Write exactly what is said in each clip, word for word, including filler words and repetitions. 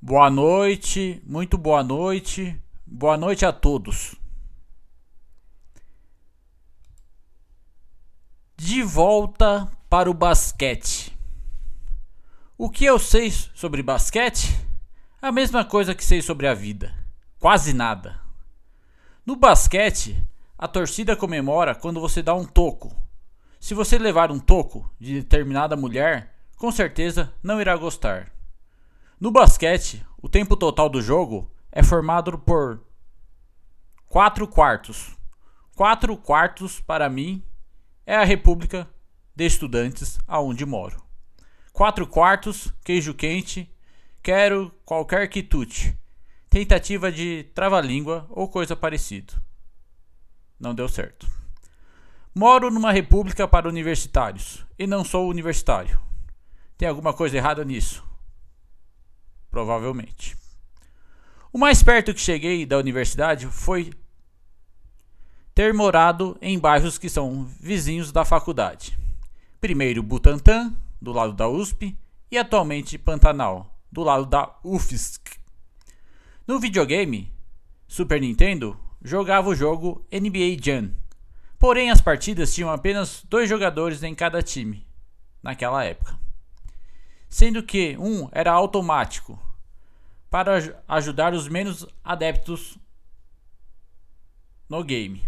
Boa noite, muito boa noite, boa noite a todos. De volta para o basquete. O que eu sei sobre basquete? A mesma coisa que sei sobre a vida. Quase nada. No basquete, a torcida comemora quando você dá um toco. Se você levar um toco de determinada mulher, com certeza não irá gostar. No basquete, o tempo total do jogo é formado por quatro quartos. Quatro quartos, para mim, é a República de Estudantes aonde moro. Quatro quartos, queijo quente, quero qualquer quitute. Tentativa de trava-língua ou coisa parecida. Não deu certo. Moro numa república para universitários e não sou universitário. Tem alguma coisa errada nisso? Provavelmente. O mais perto que cheguei da universidade foi ter morado em bairros que são vizinhos da faculdade. Primeiro Butantã, do lado da U S P, e atualmente Pantanal, do lado da U F S C. No videogame, Super Nintendo, jogava o jogo N B A Jam. Porém, as partidas tinham apenas dois jogadores em cada time, naquela época. Sendo que um era automático, para ajudar os menos adeptos no game.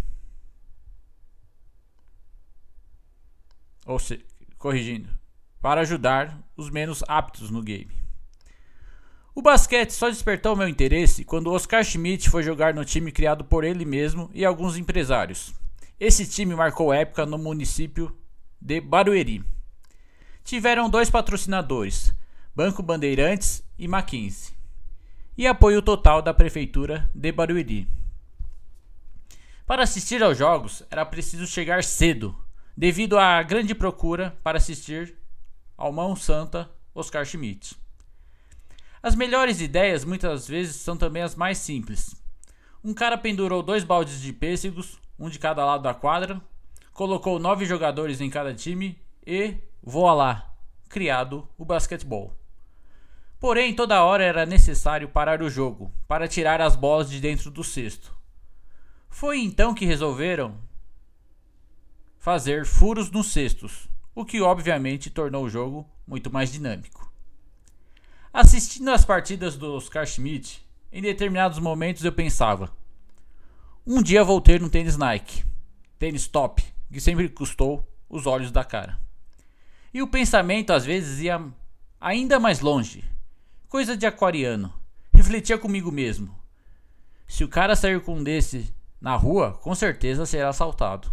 Ou seja, corrigindo, para ajudar os menos aptos no game. O basquete só despertou meu interesse quando Oscar Schmidt foi jogar no time criado por ele mesmo e alguns empresários. Esse time marcou época no município de Barueri. Tiveram dois patrocinadores, Banco Bandeirantes e Mackenzie, e apoio total da prefeitura de Barueri. Para assistir aos jogos era preciso chegar cedo, devido à grande procura para assistir ao mão santa Oscar Schmidt. As melhores ideias muitas vezes são também as mais simples. Um cara pendurou dois baldes de pêssegos, um de cada lado da quadra, colocou nove jogadores em cada time e, voa lá, criado o basquetebol. Porém, toda hora era necessário parar o jogo para tirar as bolas de dentro do cesto. Foi então que resolveram fazer furos nos cestos, o que obviamente tornou o jogo muito mais dinâmico. Assistindo às partidas do Oscar Schmidt, em determinados momentos eu pensava: um dia vou ter um tênis Nike, tênis top, que sempre custou os olhos da cara. E o pensamento às vezes ia ainda mais longe, coisa de aquariano. Refletia comigo mesmo: se o cara sair com um desse na rua, com certeza será assaltado.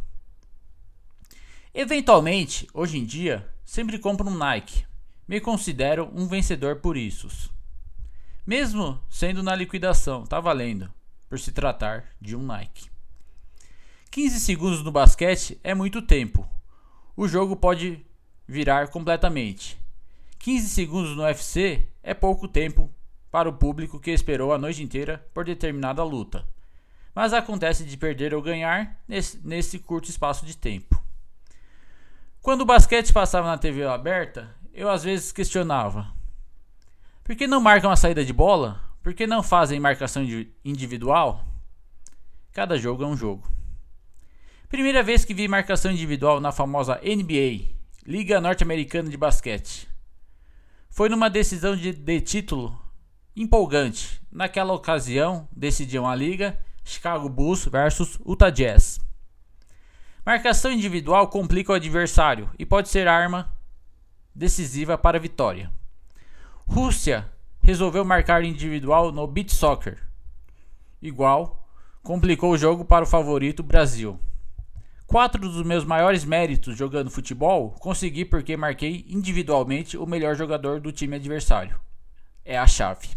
Eventualmente, hoje em dia, sempre compro um Nike. Me considero um vencedor por isso. Mesmo sendo na liquidação, tá valendo, por se tratar de um Nike. quinze segundos no basquete é muito tempo. O jogo pode virar completamente. quinze segundos no U F C é pouco tempo para o público que esperou a noite inteira por determinada luta. Mas acontece de perder ou ganhar nesse, nesse curto espaço de tempo. Quando o basquete passava na T V aberta, eu às vezes questionava: por que não marcam a saída de bola? Por que não fazem marcação individual? Cada jogo é um jogo. Primeira vez que vi marcação individual na famosa N B A, Liga Norte-Americana de Basquete. Foi numa decisão de, de título empolgante. Naquela ocasião, decidiam a liga Chicago Bulls versus Utah Jazz. Marcação individual complica o adversário e pode ser arma decisiva para a vitória. Rússia resolveu marcar individual no beach soccer. Igual, complicou o jogo para o favorito Brasil. Quatro dos meus maiores méritos jogando futebol consegui porque marquei individualmente o melhor jogador do time adversário. É a chave.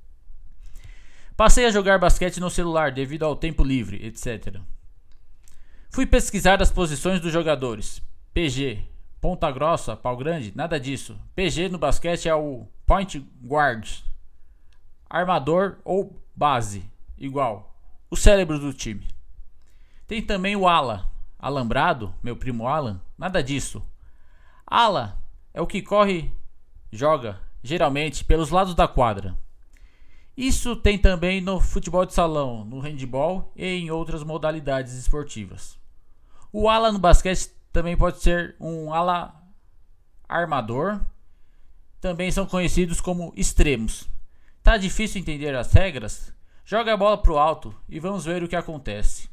Passei a jogar basquete no celular devido ao tempo livre, etcétera. Fui pesquisar as posições dos jogadores. P G, ponta grossa, pau grande, nada disso. P G no basquete é o point guard, armador ou base, igual, o cérebro do time. Tem também o ala, alambrado, meu primo Alan, nada disso. Ala é o que corre, joga, geralmente, pelos lados da quadra. Isso tem também no futebol de salão, no handball e em outras modalidades esportivas. O ala no basquete também pode ser um ala armador, também são conhecidos como extremos. Tá difícil entender as regras? Joga a bola pro alto e vamos ver o que acontece.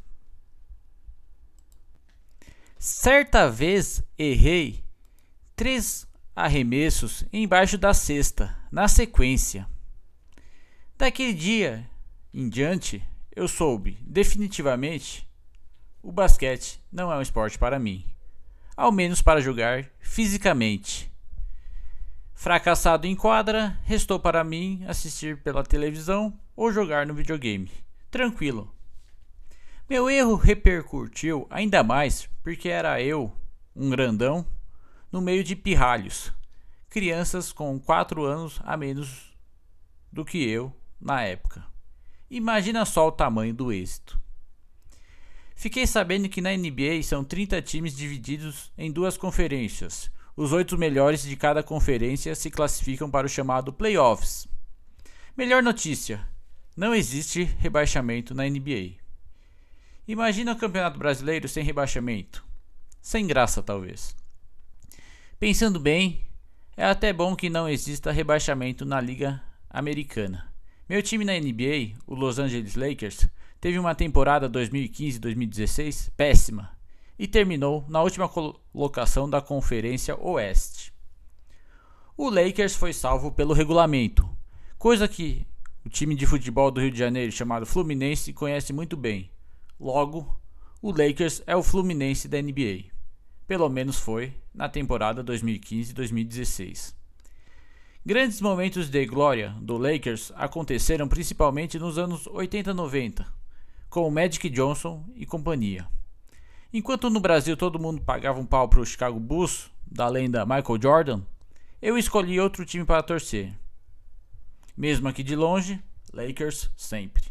Certa vez errei três arremessos embaixo da cesta, na sequência. Daquele dia em diante, eu soube definitivamente o basquete não é um esporte para mim, ao menos para jogar fisicamente. Fracassado em quadra, restou para mim assistir pela televisão ou jogar no videogame. Tranquilo. Meu erro repercutiu ainda mais porque era eu, um grandão, no meio de pirralhos, crianças com quatro anos a menos do que eu na época. Imagina só o tamanho do êxito. Fiquei sabendo que na N B A são trinta times divididos em duas conferências. Os oito melhores de cada conferência se classificam para o chamado Playoffs. Melhor notícia: não existe rebaixamento na N B A. Imagina o Campeonato Brasileiro sem rebaixamento. Sem graça, talvez. Pensando bem, é até bom que não exista rebaixamento na Liga Americana. Meu time na N B A, o Los Angeles Lakers, teve uma temporada dois mil e quinze dois mil e dezesseis péssima e terminou na última colocação da Conferência Oeste. O Lakers foi salvo pelo regulamento, coisa que o time de futebol do Rio de Janeiro chamado Fluminense conhece muito bem. Logo, o Lakers é o Fluminense da N B A. Pelo menos foi na temporada dois mil e quinze dois mil e dezesseis. Grandes momentos de glória do Lakers aconteceram principalmente nos anos oitenta e noventa, com o Magic Johnson e companhia. Enquanto no Brasil todo mundo pagava um pau pro Chicago Bulls, da lenda Michael Jordan, eu escolhi outro time para torcer. Mesmo aqui de longe, Lakers sempre.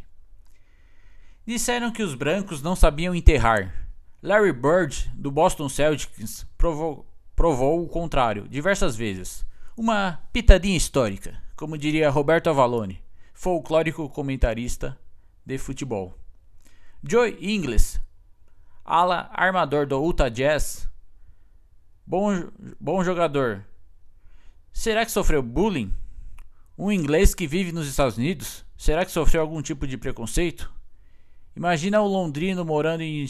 Disseram que os brancos não sabiam enterrar. Larry Bird, do Boston Celtics, provou, provou o contrário diversas vezes. Uma pitadinha histórica, como diria Roberto Avalone, folclórico comentarista de futebol. Joe Ingles, ala armador do Utah Jazz, bom, bom jogador. Será que sofreu bullying? Um inglês que vive nos Estados Unidos, será que sofreu algum tipo de preconceito? Imagina o londrino morando em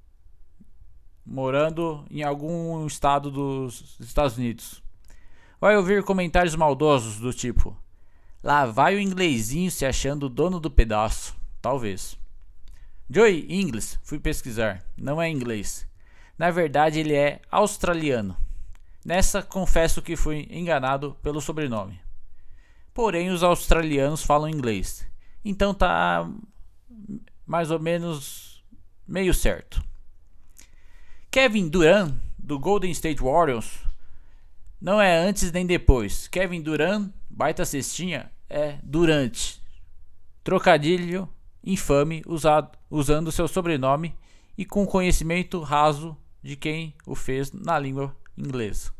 morando em algum estado dos Estados Unidos. Vai ouvir comentários maldosos do tipo: lá vai o inglesinho se achando o dono do pedaço. Talvez. Joey Ingles, fui pesquisar, não é inglês. Na verdade ele é australiano. Nessa confesso que fui enganado pelo sobrenome. Porém os australianos falam inglês. Então tá mais ou menos meio certo. Kevin Durant, do Golden State Warriors, não é antes nem depois. Kevin Durant, baita cestinha, é durante. Trocadilho infame usado, usando seu sobrenome e com conhecimento raso de quem o fez na língua inglesa.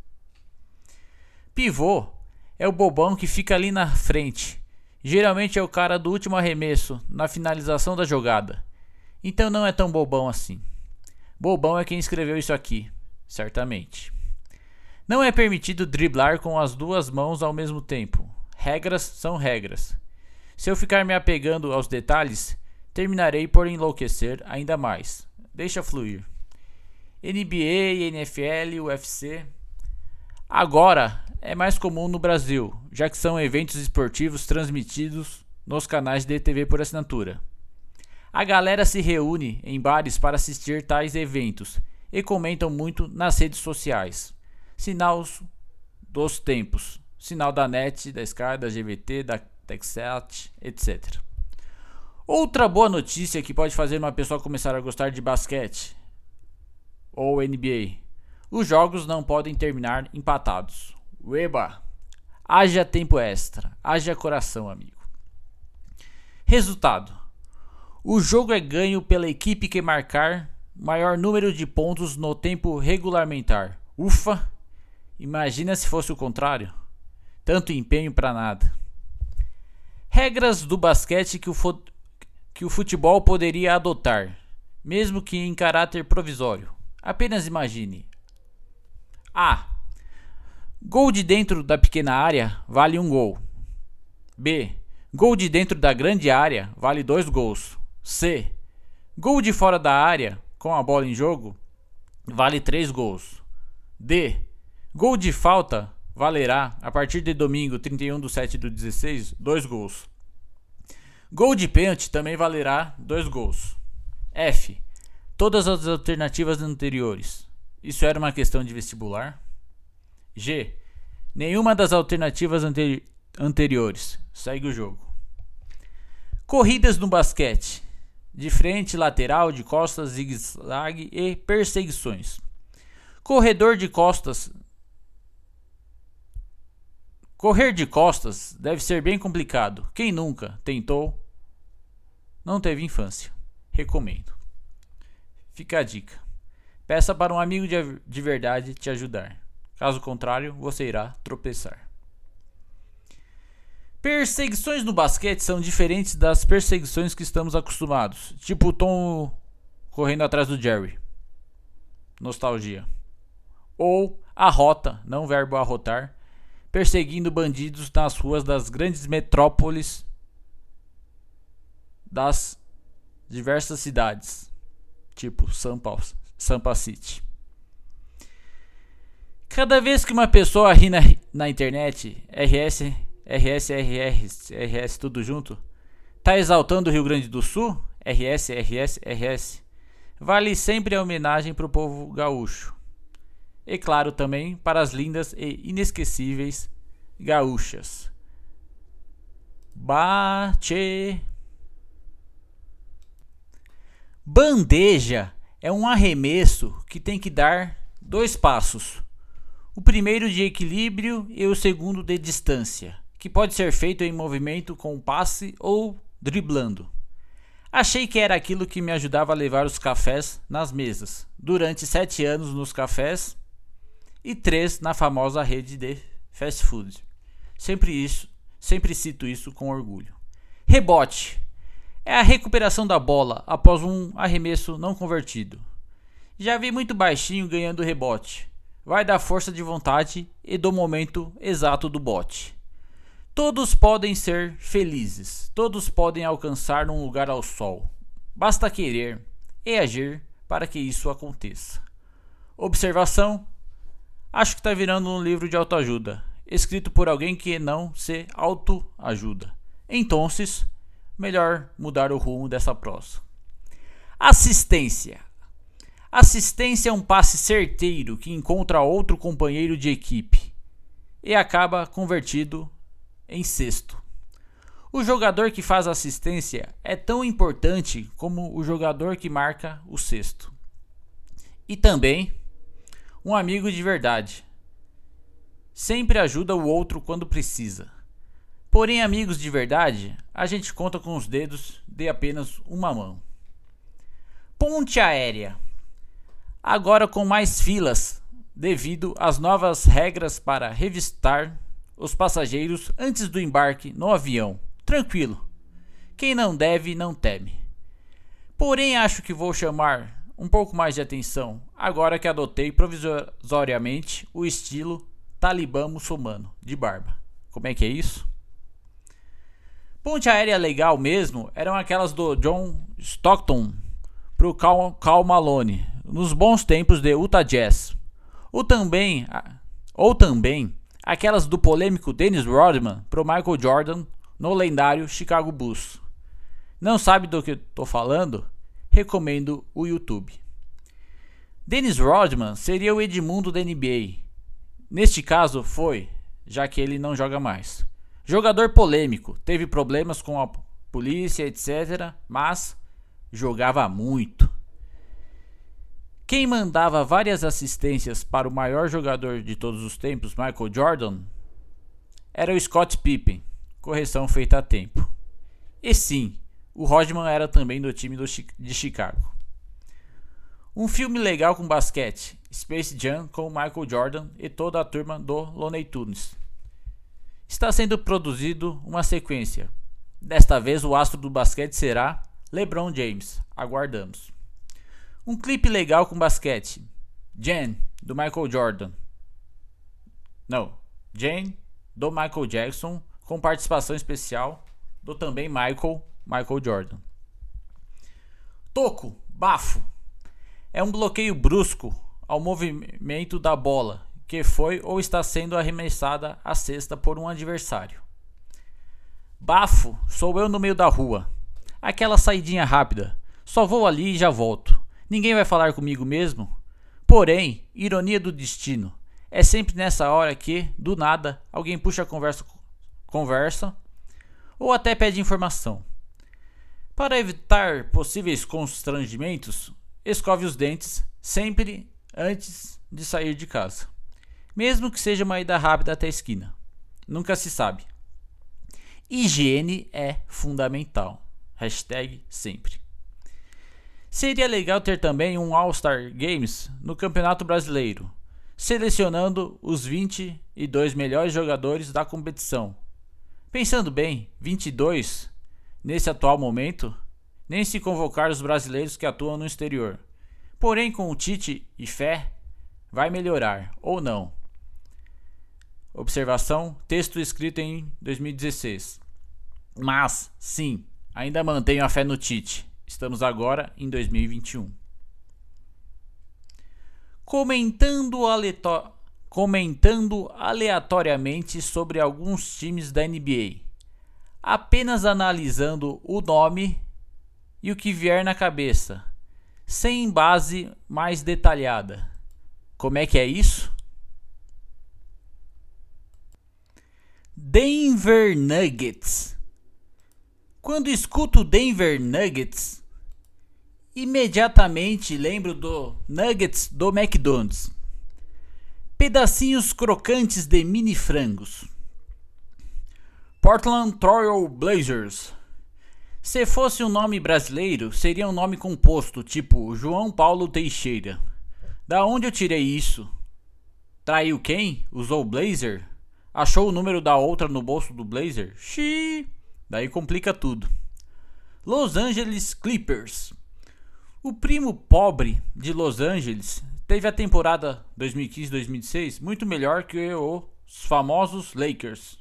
Pivô é o bobão que fica ali na frente. Geralmente é o cara do último arremesso, na finalização da jogada. Então não é tão bobão assim. Bobão é quem escreveu isso aqui, certamente. Não é permitido driblar com as duas mãos ao mesmo tempo. Regras são regras. Se eu ficar me apegando aos detalhes, terminarei por enlouquecer ainda mais. Deixa fluir. N B A, N F L, U F C. Agora é mais comum no Brasil, já que são eventos esportivos transmitidos nos canais de T V por assinatura. A galera se reúne em bares para assistir tais eventos e comentam muito nas redes sociais. Sinal dos tempos. Sinal da NET, da Sky, da G V T, da Texat, etcétera. Outra boa notícia que pode fazer uma pessoa começar a gostar de basquete ou N B A. Os jogos não podem terminar empatados. Ueba! Haja tempo extra. Haja coração, amigo. Resultado. O jogo é ganho pela equipe que marcar maior número de pontos no tempo regulamentar. Ufa! Imagina se fosse o contrário. Tanto empenho para nada. Regras do basquete que o, fo- que o futebol poderia adotar, mesmo que em caráter provisório. Apenas imagine. A. Gol de dentro da pequena área vale um gol. B. Gol de dentro da grande área vale dois gols. C. Gol de fora da área com a bola em jogo vale três gols. D. Gol de falta valerá, a partir de domingo, trinta e um de sete de dezesseis, dois gols. Gol de pênalti também valerá dois gols. F. Todas as alternativas anteriores. Isso era uma questão de vestibular? G. Nenhuma das alternativas anteri- anteriores. Segue o jogo. Corridas no basquete. De frente, lateral, de costas, zigue-zague e perseguições. Corredor de costas. Correr de costas deve ser bem complicado. Quem nunca tentou, não teve infância. Recomendo. Fica a dica. Peça para um amigo de, de verdade te ajudar. Caso contrário, você irá tropeçar. Perseguições no basquete são diferentes das perseguições que estamos acostumados. Tipo o Tom correndo atrás do Jerry. Nostalgia. Ou a rota, não verbo arrotar, perseguindo bandidos nas ruas das grandes metrópoles das diversas cidades. Tipo Sampa, Sampa City. Cada vez que uma pessoa ri na, na internet, R S, R S, R S, R S, tudo junto, tá exaltando o Rio Grande do Sul? R S, R S, R S. Vale sempre a homenagem pro povo gaúcho. E claro também para as lindas e inesquecíveis gaúchas. Bate. Bandeja é um arremesso que tem que dar dois passos. O primeiro de equilíbrio e o segundo de distância, que pode ser feito em movimento com passe ou driblando. Achei que era aquilo que me ajudava a levar os cafés nas mesas, durante sete anos nos cafés e três na famosa rede de fast food. Sempre isso, sempre cito isso com orgulho. Rebote é a recuperação da bola após um arremesso não convertido. Já vi muito baixinho ganhando rebote. Vai da força de vontade e do momento exato do bote. Todos podem ser felizes, todos podem alcançar um lugar ao sol. Basta querer e agir para que isso aconteça. Observação: acho que está virando um livro de autoajuda, escrito por alguém que não se autoajuda. Então, melhor mudar o rumo dessa prosa. Assistência. Assistência é um passe certeiro que encontra outro companheiro de equipe e acaba convertido em cesto. O jogador que faz assistência é tão importante como o jogador que marca o cesto. E também um amigo de verdade. Sempre ajuda o outro quando precisa. Porém, amigos de verdade, a gente conta com os dedos de apenas uma mão. Ponte aérea. Agora com mais filas, devido às novas regras para revistar os passageiros antes do embarque no avião. Tranquilo. Quem não deve, não teme. Porém, acho que vou chamar um pouco mais de atenção agora que adotei provisoriamente o estilo talibã muçulmano de barba. Como é que é isso? Ponte aérea legal mesmo eram aquelas do John Stockton pro Karl, Karl Malone nos bons tempos de Utah Jazz. Ou também, ou também aquelas do polêmico Dennis Rodman pro Michael Jordan no lendário Chicago Bulls. Não sabe do que estou falando? Recomendo o YouTube. Dennis Rodman seria o Edmundo da N B A. Neste caso foi, já que ele não joga mais. Jogador polêmico, teve problemas com a polícia, etcétera, mas jogava muito. Quem mandava várias assistências para o maior jogador de todos os tempos, Michael Jordan, era o Scott Pippen. Correção feita a tempo. E sim, o Rodman era também do time do Chi- de Chicago. Um filme legal com basquete, Space Jam, com Michael Jordan e toda a turma do Looney Tunes. Está sendo produzido uma sequência, Desta vez o astro do basquete será LeBron James. Aguardamos. Um clipe legal com basquete. Jane, do Michael Jordan. Não, Jane, do Michael Jackson, com participação especial do também Michael, Michael Jordan. Toco, bafo. É um bloqueio brusco ao movimento da bola, que foi ou está sendo arremessada à cesta por um adversário. Bafo, sou eu no meio da rua. Aquela saidinha rápida. Só vou ali e já volto. Ninguém vai falar comigo mesmo? Porém, ironia do destino. É sempre nessa hora que, do nada, alguém puxa a conversa, conversa ou até pede informação. Para evitar possíveis constrangimentos, escove os dentes sempre antes de sair de casa. Mesmo que seja uma ida rápida até a esquina. Nunca se sabe. Higiene é fundamental. Hashtag sempre. Seria legal ter também um All-Star Games no Campeonato Brasileiro, selecionando os vinte e dois melhores jogadores da competição. Pensando bem, vinte e dois, nesse atual momento, nem se convocar os brasileiros que atuam no exterior. Porém, com o Tite e fé, vai melhorar, ou não. Observação, texto escrito em dois mil e dezesseis. Mas, sim, ainda mantenho a fé no Tite. Estamos agora em dois mil e vinte e um. Comentando, aleato... Comentando aleatoriamente sobre alguns times da N B A. Apenas analisando o nome e o que vier na cabeça, sem base mais detalhada. Como é que é isso? Denver Nuggets. Quando escuto Denver Nuggets, imediatamente lembro do Nuggets do McDonald's. Pedacinhos crocantes de mini frangos. Portland Trail Blazers. Se fosse um nome brasileiro, seria um nome composto, tipo João Paulo Teixeira. Da onde eu tirei isso? Traiu quem? Usou blazer? Achou o número da outra no bolso do blazer? Xiii. Daí complica tudo. Los Angeles Clippers. O primo pobre de Los Angeles teve a temporada dois mil e quinze dois mil e dezesseis muito melhor que os famosos Lakers.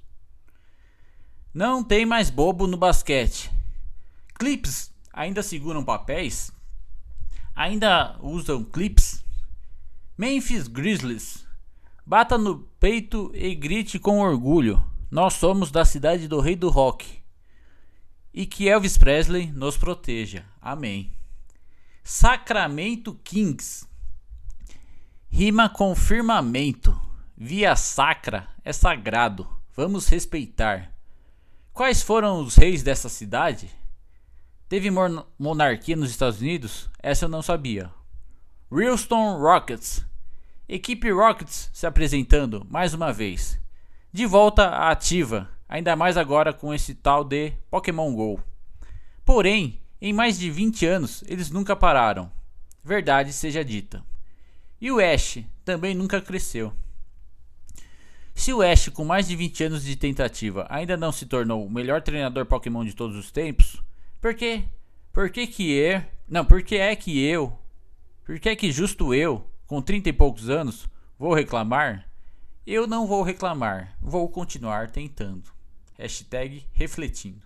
Não tem mais bobo no basquete. Clips ainda seguram papéis? Ainda usam clips? Memphis Grizzlies. Bata no peito e grite com orgulho. Nós somos da cidade do rei do rock. E que Elvis Presley nos proteja. Amém. Sacramento Kings. Rima com firmamento. Via sacra é sagrado. Vamos respeitar. Quais foram os reis dessa cidade? Teve mon- monarquia nos Estados Unidos? Essa eu não sabia. Houston Rockets. Equipe Rockets se apresentando mais uma vez. De volta à ativa. Ainda mais agora com esse tal de Pokémon Go. Porém, em mais de vinte anos, eles nunca pararam. Verdade seja dita. E o Ash também nunca cresceu. Se o Ash, com mais de vinte anos de tentativa, ainda não se tornou o melhor treinador Pokémon de todos os tempos, por quê? Por que que eu... Não, por que é que eu... Por que é que justo eu, com trinta e poucos anos, vou reclamar? Eu não vou reclamar. Vou continuar tentando. Hashtag refletindo.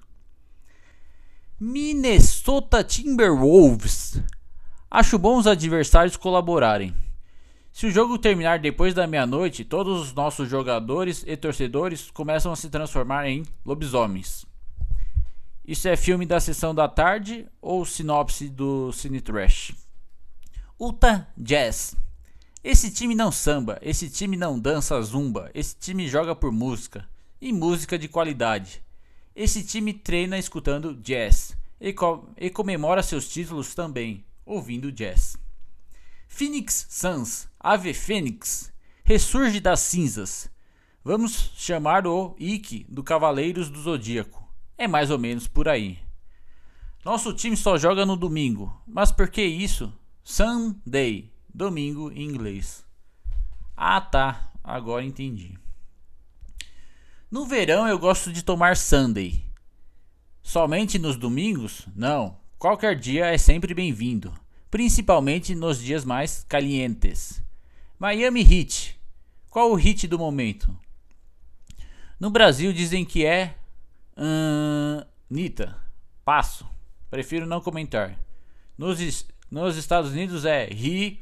Minnesota Timberwolves. Acho bom os adversários colaborarem. Se o jogo terminar depois da meia-noite, todos os nossos jogadores e torcedores começam a se transformar em lobisomens. Isso é filme da sessão da tarde ou sinopse do Cine Trash? Utah Jazz. Esse time não samba, esse time não dança zumba, esse time joga por música. E música de qualidade. Esse time treina escutando jazz e, co- e comemora seus títulos também, ouvindo jazz. Phoenix Suns, Ave Fênix, ressurge das cinzas. Vamos chamar o Ikki do Cavaleiros do Zodíaco. É mais ou menos por aí. Nosso time só joga no domingo, mas por que isso? Sunday, domingo em inglês. Ah tá, agora entendi. No verão eu gosto de tomar Sunday. Somente nos domingos? Não, qualquer dia é sempre bem-vindo, principalmente nos dias mais calientes. Miami Heat. Qual o hit do momento? No Brasil dizem que é hum, Anitta. Passo. Prefiro não comentar. Nos, nos Estados Unidos é Ri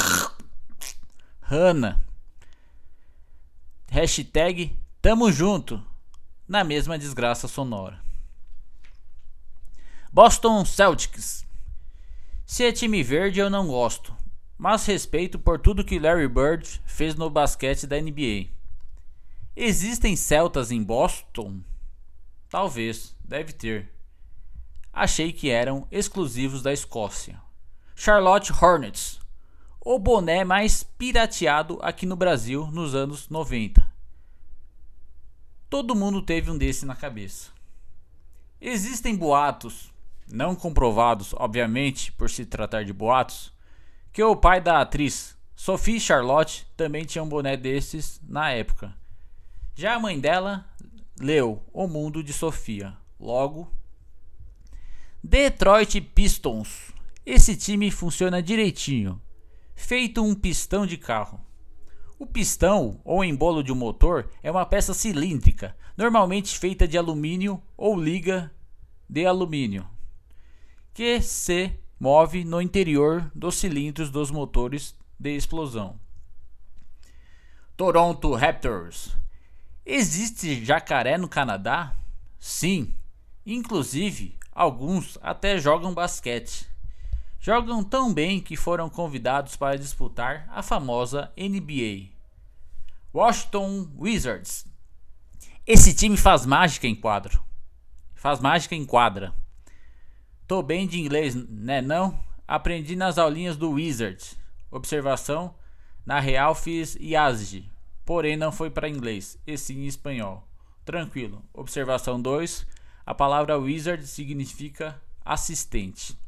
Hannah. Hashtag Tamo junto. Na mesma desgraça sonora. Boston Celtics. Se é time verde eu não gosto, mas respeito por tudo que Larry Bird fez no basquete da N B A. Existem celtas em Boston? Talvez, deve ter. Achei que eram exclusivos da Escócia. Charlotte Hornets. O boné mais pirateado aqui no Brasil nos anos noventa. Todo mundo teve um desse na cabeça. Existem boatos, não comprovados, obviamente, por se tratar de boatos, que o pai da atriz Sophie Charlotte também tinha um boné desses na época. Já a mãe dela leu O Mundo de Sofia. Logo, Detroit Pistons. Esse time funciona direitinho, feito um pistão de carro. O pistão, ou embolo de um motor, é uma peça cilíndrica, normalmente feita de alumínio ou liga de alumínio, que se move no interior dos cilindros dos motores de explosão. Toronto Raptors. Existe jacaré no Canadá? Sim, inclusive alguns até jogam basquete. Jogam tão bem que foram convidados para disputar a famosa N B A. Washington Wizards. Esse time faz mágica em quadro. Faz mágica em quadra. Tô bem de inglês, né não? Aprendi nas aulinhas do Wizards. Observação, na real fiz I A S G, porém não foi para inglês, e sim em espanhol. Tranquilo. Observação dois, a palavra Wizard significa assistente.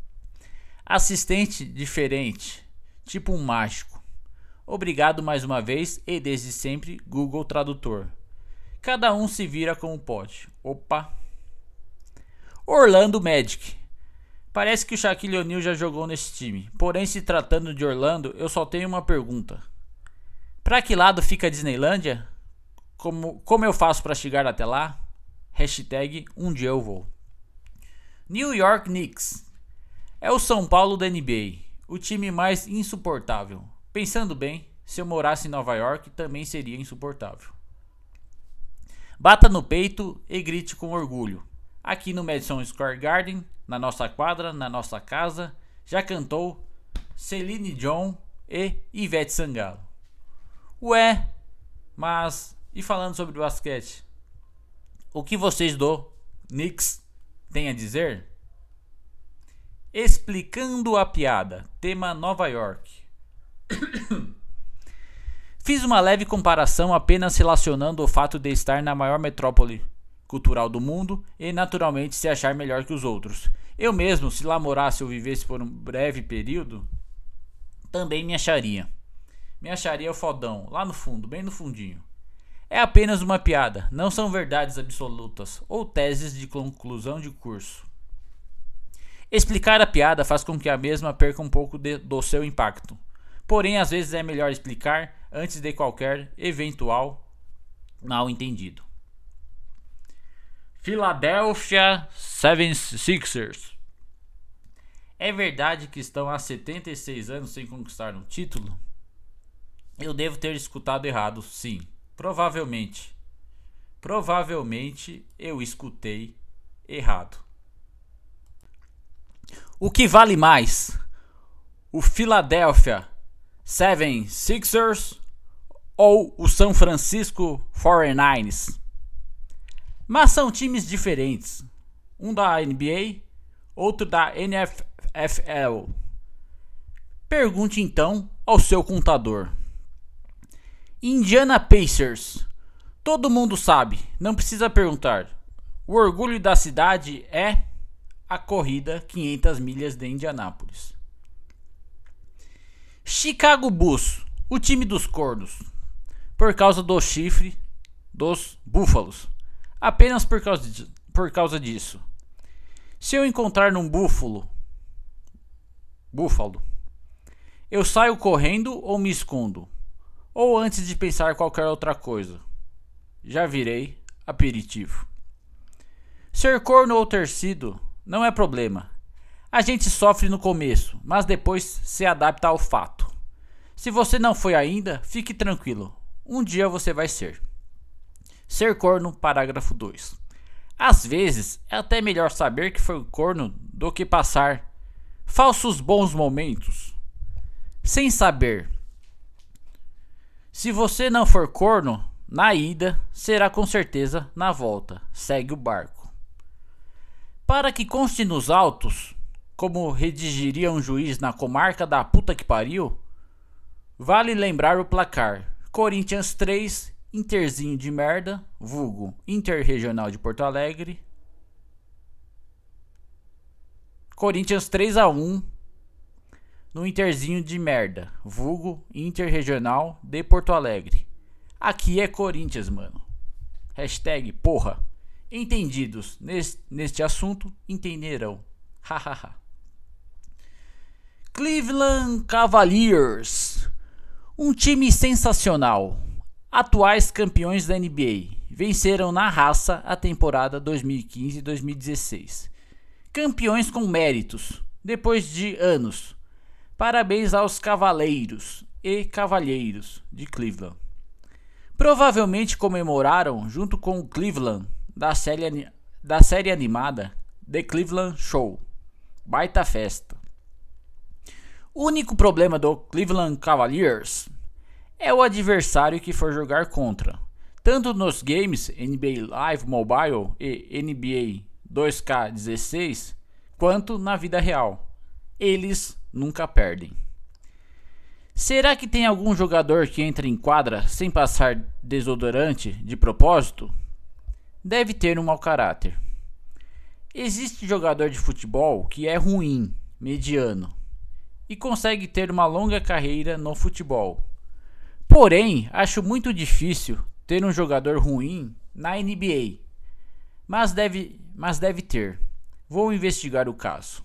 Assistente diferente, tipo um mágico. Obrigado mais uma vez e desde sempre Google Tradutor. Cada um se vira como pode. Opa! Orlando Magic. Parece que o Shaquille O'Neal já jogou nesse time. Porém, se tratando de Orlando, eu só tenho uma pergunta. Pra que lado fica a Disneylândia? Como, como eu faço para chegar até lá? Hashtag um dia eu vou. New York Knicks. É o São Paulo da N B A. O time mais insuportável. Pensando bem, se eu morasse em Nova York, também seria insuportável. Bata no peito e grite com orgulho. Aqui no Madison Square Garden, na nossa quadra, na nossa casa, já cantou Celine Dion e Ivete Sangalo. Ué, mas e falando sobre basquete? O que vocês do Knicks têm a dizer? Explicando a piada, tema Nova York. Fiz uma leve comparação apenas relacionando o fato de estar na maior metrópole cultural do mundo e naturalmente se achar melhor que os outros. Eu mesmo, se lá morasse ou vivesse por um breve período, também me acharia. Me acharia o fodão, lá no fundo, bem no fundinho. É apenas uma piada, não são verdades absolutas ou teses de conclusão de curso. Explicar a piada faz com que a mesma perca um pouco de, do seu impacto. Porém, às vezes é melhor explicar antes de qualquer eventual mal entendido. Philadelphia seventy-sixers. É verdade que estão há setenta e seis anos sem conquistar um título? Eu devo ter escutado errado, sim. Provavelmente. Provavelmente eu escutei errado. O que vale mais? O Philadelphia seventy-sixers ou o São Francisco forty-niners? Mas são times diferentes. Um da N B A, outro da N F L. Pergunte então ao seu contador. Indiana Pacers. Todo mundo sabe, não precisa perguntar. O orgulho da cidade é a corrida quinhentas milhas de Indianápolis. Chicago Bulls, o time dos cornos. Por causa do chifre dos búfalos. Apenas por causa, de, por causa disso. Se eu encontrar num búfalo, búfalo, eu saio correndo ou me escondo? Ou antes de pensar qualquer outra coisa, já virei aperitivo. Ser corno ou ter sido não é problema. A gente sofre no começo, mas depois se adapta ao fato. Se você não foi ainda, fique tranquilo. Um dia você vai ser. Ser corno, parágrafo dois. Às vezes, é até melhor saber que foi corno do que passar falsos bons momentos sem saber. Se você não for corno, na ida, será com certeza na volta. Segue o barco. Para que conste nos autos, como redigiria um juiz na comarca da puta que pariu, vale lembrar o placar. Corinthians três, Interzinho de merda, vulgo Interregional de Porto Alegre. Corinthians três a um no Interzinho de merda, vulgo Interregional de Porto Alegre. Aqui é Corinthians, mano. Hashtag porra. Entendidos neste, neste assunto entenderão. Hahaha. Cleveland Cavaliers. Um time sensacional. Atuais campeões da N B A. Venceram na raça a temporada dois mil e quinze dois mil e dezesseis. Campeões com méritos, depois de anos. Parabéns aos cavaleiros e cavalheiros de Cleveland. Provavelmente comemoraram junto com o Cleveland da série, da série animada The Cleveland Show. Baita festa. O único problema do Cleveland Cavaliers é o adversário que for jogar contra, tanto nos games N B A Live Mobile e N B A dois K dezesseis, quanto na vida real. Eles nunca perdem. Será que tem algum jogador que entra em quadra sem passar desodorante de propósito? Deve ter um mau caráter. Existe jogador de futebol que é ruim, mediano, e consegue ter uma longa carreira no futebol. Porém, acho muito difícil ter um jogador ruim na N B A. Mas deve, mas deve ter. Vou investigar o caso.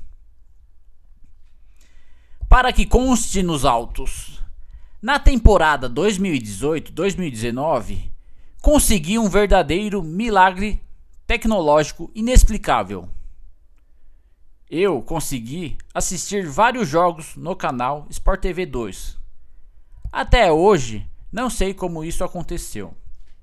Para que conste nos autos, na temporada dois mil e dezoito dois mil e dezenove, consegui um verdadeiro milagre tecnológico inexplicável. Eu consegui assistir vários jogos no canal Sport T V dois. Até hoje, não sei como isso aconteceu.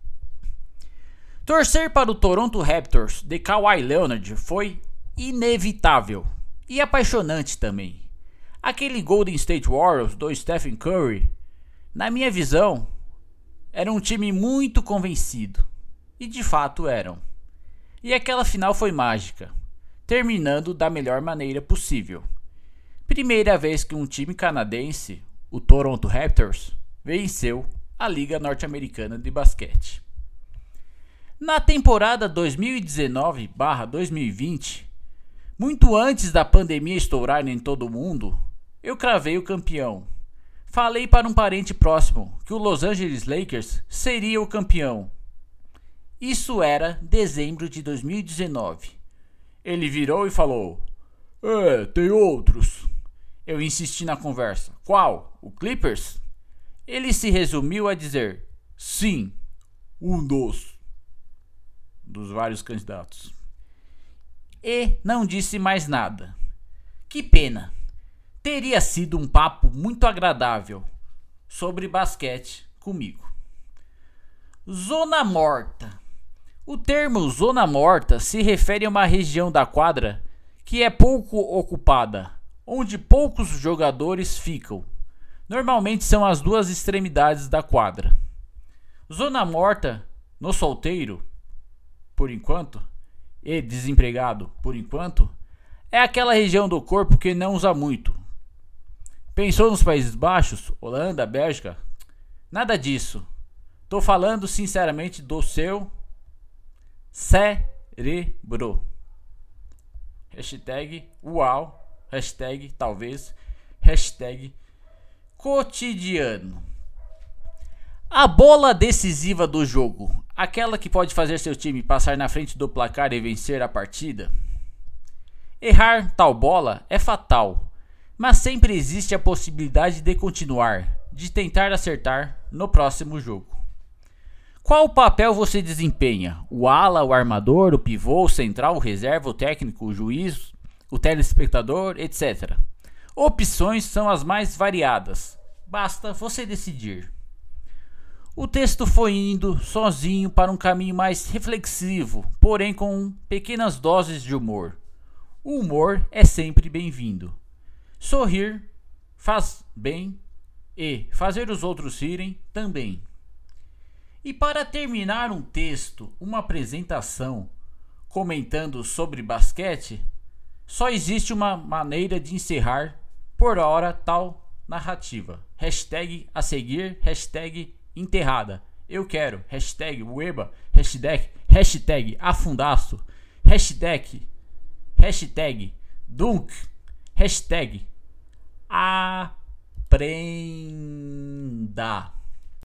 Torcer para o Toronto Raptors de Kawhi Leonard foi inevitável e apaixonante também. Aquele Golden State Warriors do Stephen Curry, na minha visão, era um time muito convencido. E de fato eram. E aquela final foi mágica, terminando da melhor maneira possível. Primeira vez que um time canadense, o Toronto Raptors, venceu a Liga Norte-Americana de Basquete. Na temporada dois mil e dezenove barra dois mil e vinte, muito antes da pandemia estourar em todo o mundo, eu cravei o campeão. Falei para um parente próximo que o Los Angeles Lakers seria o campeão. Isso era dezembro de dois mil e dezenove. Ele virou e falou: É, tem outros. Eu insisti na conversa. Qual? O Clippers? Ele se resumiu a dizer: Sim, um dos. Dos vários candidatos. E não disse mais nada. Que pena. Teria sido um papo muito agradável sobre basquete comigo. Zona morta. O termo zona morta se refere a uma região da quadra que é pouco ocupada, onde poucos jogadores ficam. Normalmente são as duas extremidades da quadra. Zona morta no solteiro, por enquanto, e desempregado, por enquanto, é aquela região do corpo que não usa muito. Pensou nos Países Baixos, Holanda, Bélgica? Nada disso. Tô falando sinceramente do seu cérebro. Hashtag uau. Hashtag talvez. Hashtag cotidiano. A bola decisiva do jogo, aquela que pode fazer seu time passar na frente do placar e vencer a partida, Errar tal bola é fatal, mas sempre existe a possibilidade de continuar, de tentar acertar no próximo jogo. Qual papel você desempenha? O ala, o armador, o pivô, o central, o reserva, o técnico, o juiz, o telespectador, etcétera. Opções são as mais variadas. Basta você decidir. O texto foi indo sozinho para um caminho mais reflexivo, porém com pequenas doses de humor. O humor é sempre bem-vindo. Sorrir faz bem e fazer os outros rirem também. E para terminar um texto, uma apresentação, comentando sobre basquete, só existe uma maneira de encerrar por hora tal narrativa. Hashtag a seguir, hashtag enterrada. Eu quero, hashtag ueba, hashtag, hashtag afundaço, hashtag, hashtag dunk, hashtag aprenda.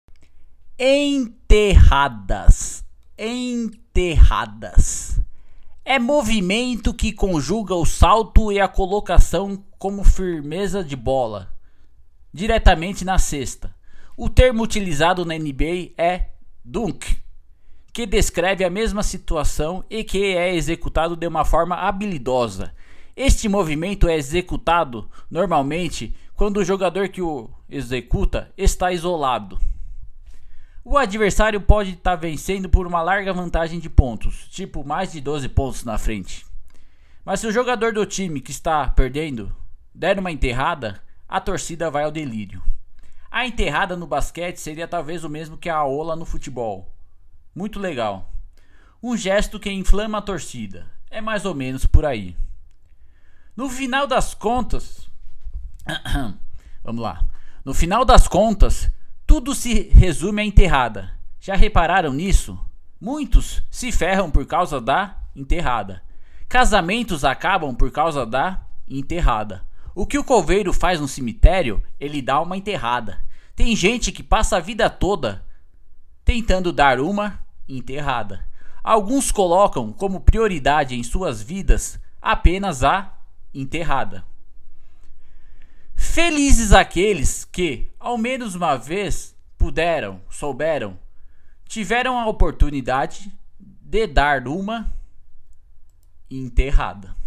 Enterradas. Enterradas. É movimento que conjuga o salto e a colocação como firmeza de bola, diretamente na cesta. O termo utilizado na N B A é dunk, que descreve a mesma situação e que é executado de uma forma habilidosa. Este movimento é executado normalmente quando o jogador que o executa está isolado. O adversário pode estar vencendo por uma larga vantagem de pontos, tipo mais de doze pontos na frente. Mas se o jogador do time que está perdendo der uma enterrada, a torcida vai ao delírio. A enterrada no basquete seria talvez o mesmo que a ola no futebol. Muito legal. Um gesto que inflama a torcida. É mais ou menos por aí. No final das contas... Vamos lá. No final das contas... Tudo se resume à enterrada. Já repararam nisso? Muitos se ferram por causa da enterrada. Casamentos acabam por causa da enterrada. O que o coveiro faz no cemitério, ele dá uma enterrada. Tem gente que passa a vida toda tentando dar uma enterrada. Alguns colocam como prioridade em suas vidas apenas a enterrada. Felizes aqueles que, ao menos uma vez, puderam, souberam, tiveram a oportunidade de dar uma enterrada.